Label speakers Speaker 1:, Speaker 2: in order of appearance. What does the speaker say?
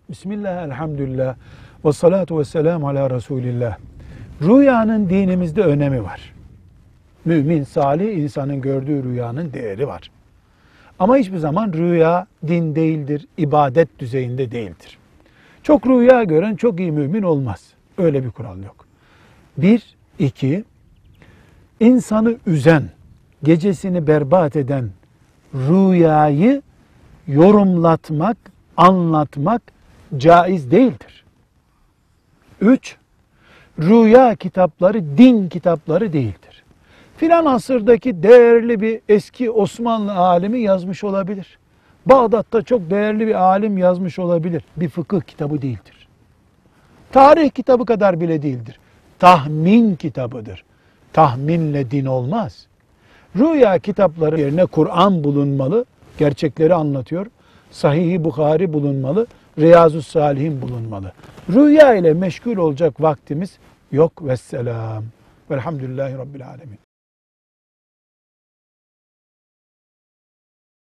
Speaker 1: Bismillah, elhamdülillah, ve salatu ve selamu ala Resulillah. Rüyanın dinimizde önemi var. Mümin, salih insanın gördüğü rüyanın değeri var. Ama hiçbir zaman rüya din değildir, ibadet düzeyinde değildir. Çok rüya gören çok iyi mümin olmaz. Öyle bir kural yok. Bir, iki, insanı üzen, gecesini berbat eden rüyayı yorumlatmak, anlatmak caiz değildir. Üç, rüya kitapları din kitapları değildir. Filan asırdaki değerli bir eski Osmanlı alimi yazmış olabilir. Bağdat'ta çok değerli bir alim yazmış olabilir. Bir fıkıh kitabı değildir. Tarih kitabı kadar bile değildir. Tahmin kitabıdır. Tahminle din olmaz. Rüya kitapları yerine Kur'an bulunmalı, gerçekleri anlatıyor. Sahih-i Bukhari bulunmalı, Riyazu Salihin bulunmalı. Rüya ile meşgul olacak vaktimiz yok. Vesselam. Velhamdülillahi Rabbil Alemin.